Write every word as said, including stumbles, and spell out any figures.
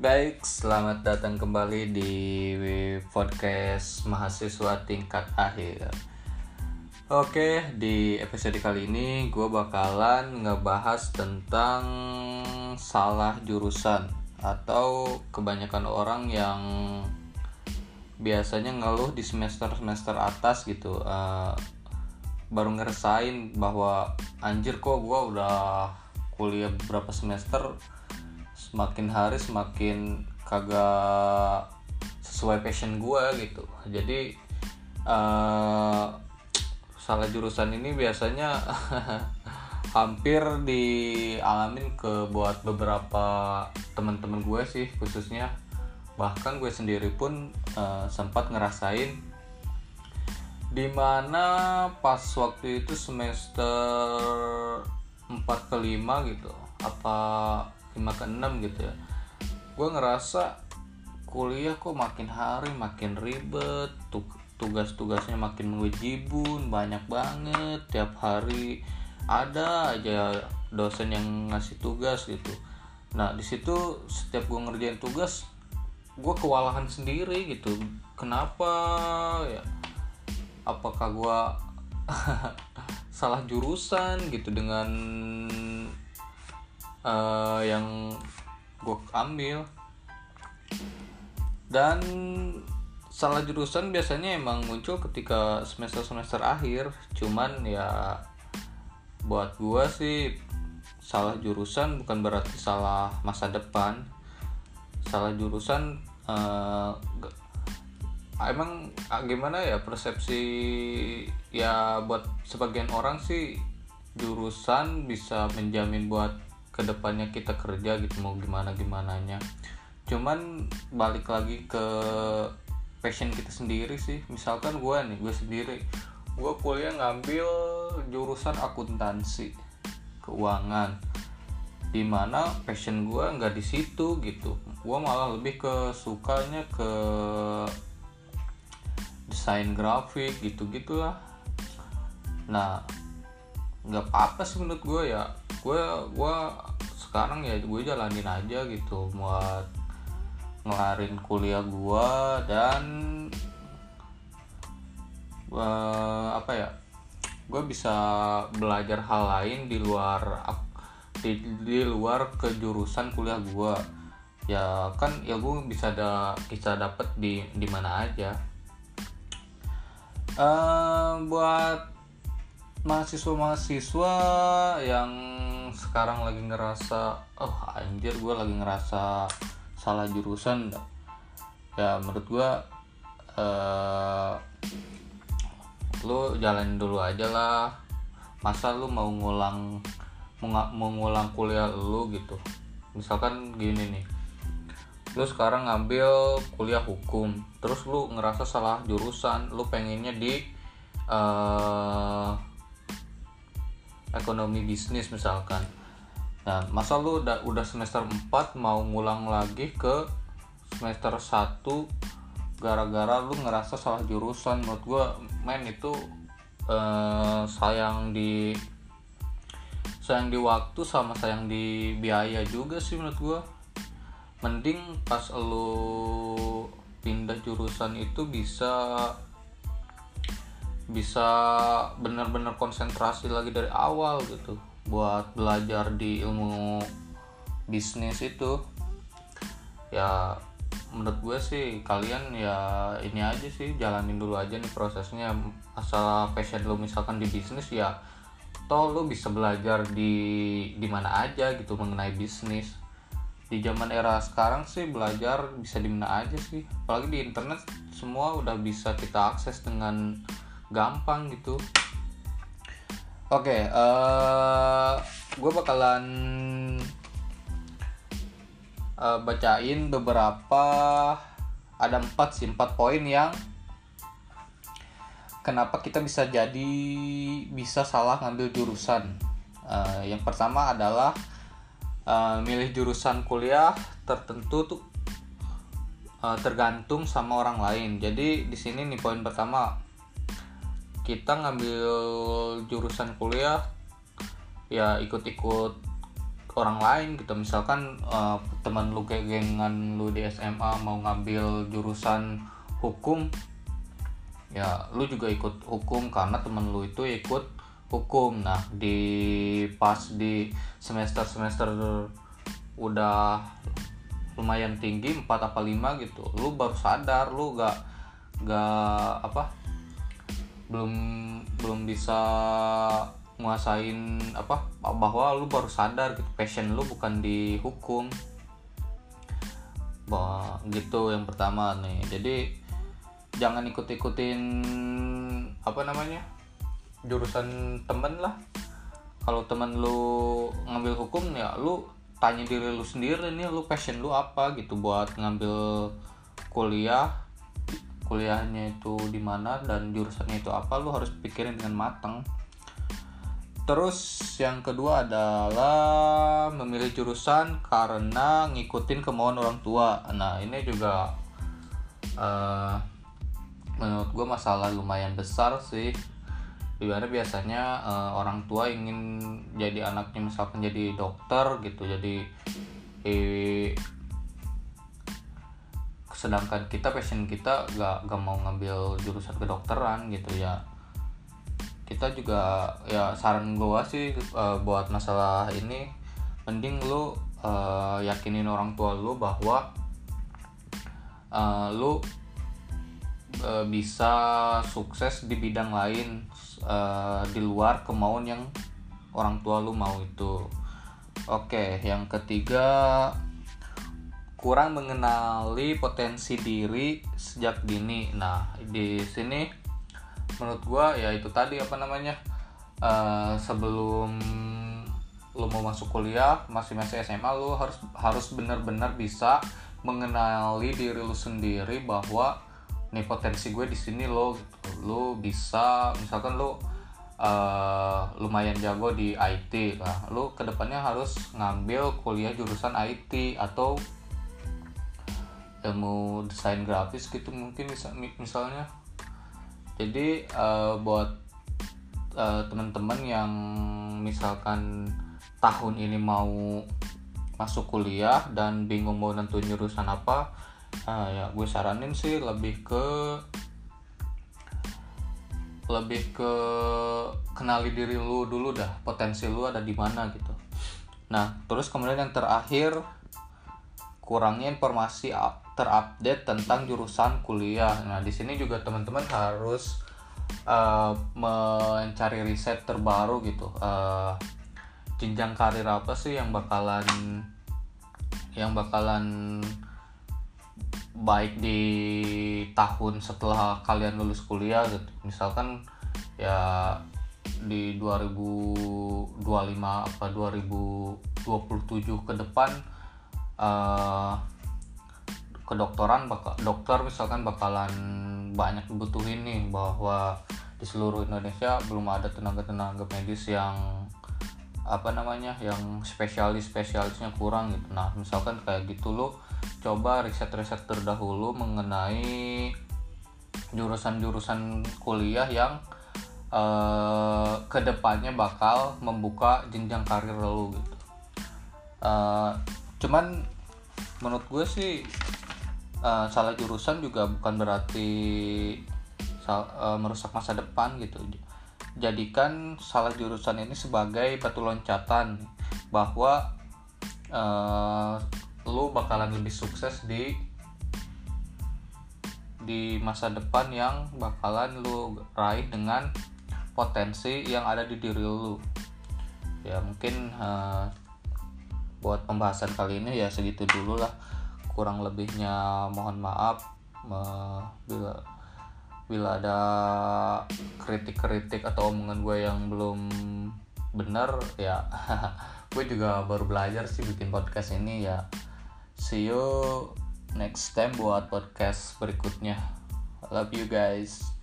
Baik, selamat datang kembali di podcast mahasiswa tingkat akhir. Oke, di episode kali ini gue bakalan ngebahas tentang salah jurusan atau kebanyakan orang yang biasanya ngeluh di semester-semester atas gitu, uh, baru ngerasain bahwa anjir kok gue udah kuliah beberapa semester, semakin hari semakin kagak sesuai passion gue gitu. Jadi uh, salah jurusan ini biasanya hampir dialamin ke buat beberapa teman-teman gue sih khususnya. Bahkan gue sendiri pun uh, sempat ngerasain dimana pas waktu itu semester empat ke lima gitu, apa lima ke enam gitu ya, gue ngerasa kuliah kok makin hari makin ribet, tugas-tugasnya makin mewajibun, banyak banget, tiap hari ada aja dosen yang ngasih tugas gitu. Nah di situ setiap gue ngerjain tugas gue kewalahan sendiri gitu. Kenapa ya? Apakah gue salah jurusan gitu dengan uh, yang gue ambil? Dan salah jurusan biasanya emang muncul ketika semester-semester akhir. Cuman ya buat gue sih salah jurusan bukan berarti salah masa depan. Salah jurusan uh, emang gimana ya, persepsi ya buat sebagian orang sih jurusan bisa menjamin buat kedepannya kita kerja gitu, mau gimana gimananya. Cuman balik lagi ke passion kita sendiri sih. Misalkan gue nih, gue sendiri, gue kuliah ngambil jurusan akuntansi keuangan, dimana passion gue nggak di situ gitu. Gue malah lebih ke sukanya ke desain grafik gitu gitulah. Nah nggak apa-apa sih menurut gue ya. Gue gue sekarang ya gue jalanin aja gitu buat ngelarin kuliah gue dan uh, apa ya, gue bisa belajar hal lain di luar di, di luar kejurusan kuliah gue. Ya kan ilmu bisa ada bisa dapet di di mana aja. Uh, buat mahasiswa-mahasiswa yang sekarang lagi ngerasa oh anjir gue lagi ngerasa salah jurusan, ya menurut gue uh, lu jalanin dulu aja lah. Masa lu mau ngulang mau ngulang kuliah lu gitu? Misalkan gini nih, lu sekarang ngambil kuliah hukum, terus lu ngerasa salah jurusan, lu pengennya di uh, ekonomi bisnis misalkan. Nah masa lu udah, udah semester empat mau ngulang lagi ke semester satu gara-gara lu ngerasa salah jurusan? Menurut gue men itu uh, sayang di sayang di waktu sama sayang di biaya juga sih menurut gue. Mending pas lu pindah jurusan itu bisa bisa benar-benar konsentrasi lagi dari awal gitu buat belajar di ilmu bisnis itu. Ya menurut gue sih kalian ya ini aja sih, jalanin dulu aja nih prosesnya. Asal passion lu misalkan di bisnis, ya toh lu bisa belajar di di mana aja gitu mengenai bisnis. Di zaman era sekarang sih belajar bisa di mana aja sih, apalagi di internet semua udah bisa kita akses dengan gampang gitu. Oke, okay, uh, gue bakalan uh, bacain beberapa, ada empat sih, empat poin yang kenapa kita bisa jadi bisa salah ngambil jurusan. Uh, yang pertama adalah Uh, milih jurusan kuliah tertentu tuh uh, tergantung sama orang lain. Jadi di sini nih poin pertama, kita ngambil jurusan kuliah ya ikut-ikut orang lain gitu. Misalkan uh, teman lu kayak gengan lu di S M A mau ngambil jurusan hukum, ya lu juga ikut hukum karena temen lu itu ikut hukum. Nah di pas di semester semester udah lumayan tinggi empat apa lima gitu, lu baru sadar lu gak gak apa belum belum bisa nguasain apa bahwa lu baru sadar gitu passion lu bukan di hukum. Bah, gitu yang pertama nih. Jadi jangan ikut-ikutin apa namanya jurusan temen lah. Kalau temen lu ngambil hukum ya lu tanya diri lu sendiri nih, lu passion lu apa gitu buat ngambil kuliah. Kuliahnya itu di mana dan jurusannya itu apa, lu harus pikirin dengan matang. Terus yang kedua adalah memilih jurusan karena ngikutin kemauan orang tua. Nah ini juga uh, menurut gue masalah lumayan besar sih. Dimana biasanya uh, orang tua ingin jadi anaknya misalkan jadi dokter gitu, jadi eh, sedangkan kita passion kita gak, gak mau ngambil jurusan kedokteran gitu ya. Kita juga ya saran gue sih uh, buat masalah ini mending lu uh, yakinin orang tua lu bahwa uh, lu uh, bisa sukses di bidang lain uh, di luar kemauan yang orang tua lu mau itu. Oke, yang ketiga, kurang mengenali potensi diri sejak dini. Nah di sini menurut gua ya itu tadi apa namanya uh, sebelum lu mau masuk kuliah masih masih S M A lu harus harus benar-benar bisa mengenali diri lu sendiri bahwa nih potensi gue di sini lo gitu. Lu bisa misalkan lu uh, lumayan jago di I T lah, lu kedepannya harus ngambil kuliah jurusan I T atau ilmu desain grafis gitu mungkin bisa misalnya. Jadi uh, buat uh, teman-teman yang misalkan tahun ini mau masuk kuliah dan bingung mau nentuin jurusan apa, uh, ya gue saranin sih lebih ke lebih ke kenali diri lu dulu dah, potensi lu ada di mana gitu. Nah terus kemudian yang terakhir, kurangnya informasi terupdate tentang jurusan kuliah. Nah di sini juga teman-teman harus uh, mencari riset terbaru gitu. Uh, jenjang karir apa sih yang bakalan yang bakalan baik di tahun setelah kalian lulus kuliah gitu. Misalkan ya di dua ribu dua puluh lima apa dua ribu dua puluh tujuh ke depan uh, kedokteran bakal dokter misalkan bakalan banyak dibutuhin nih, bahwa di seluruh Indonesia belum ada tenaga-tenaga medis yang apa namanya yang spesialis-spesialisnya kurang gitu. Nah misalkan kayak gitu lo coba riset-riset terdahulu mengenai jurusan-jurusan kuliah yang uh, kedepannya bakal membuka jenjang karir lo gitu. Uh, cuman menurut gue sih uh, salah jurusan juga bukan berarti sal- uh, merusak masa depan gitu. Jadikan salah jurusan ini sebagai batu loncatan bahwa uh, lu bakalan lebih sukses di di masa depan yang bakalan lu raih dengan potensi yang ada di diri lu. Ya mungkin uh, buat pembahasan kali ini ya segitu dulu lah. Kurang lebihnya mohon maaf uh, bila bila ada kritik-kritik atau omongan gue yang belum benar ya. Gue juga baru belajar sih bikin podcast ini ya. See you next time buat podcast berikutnya. I love you guys.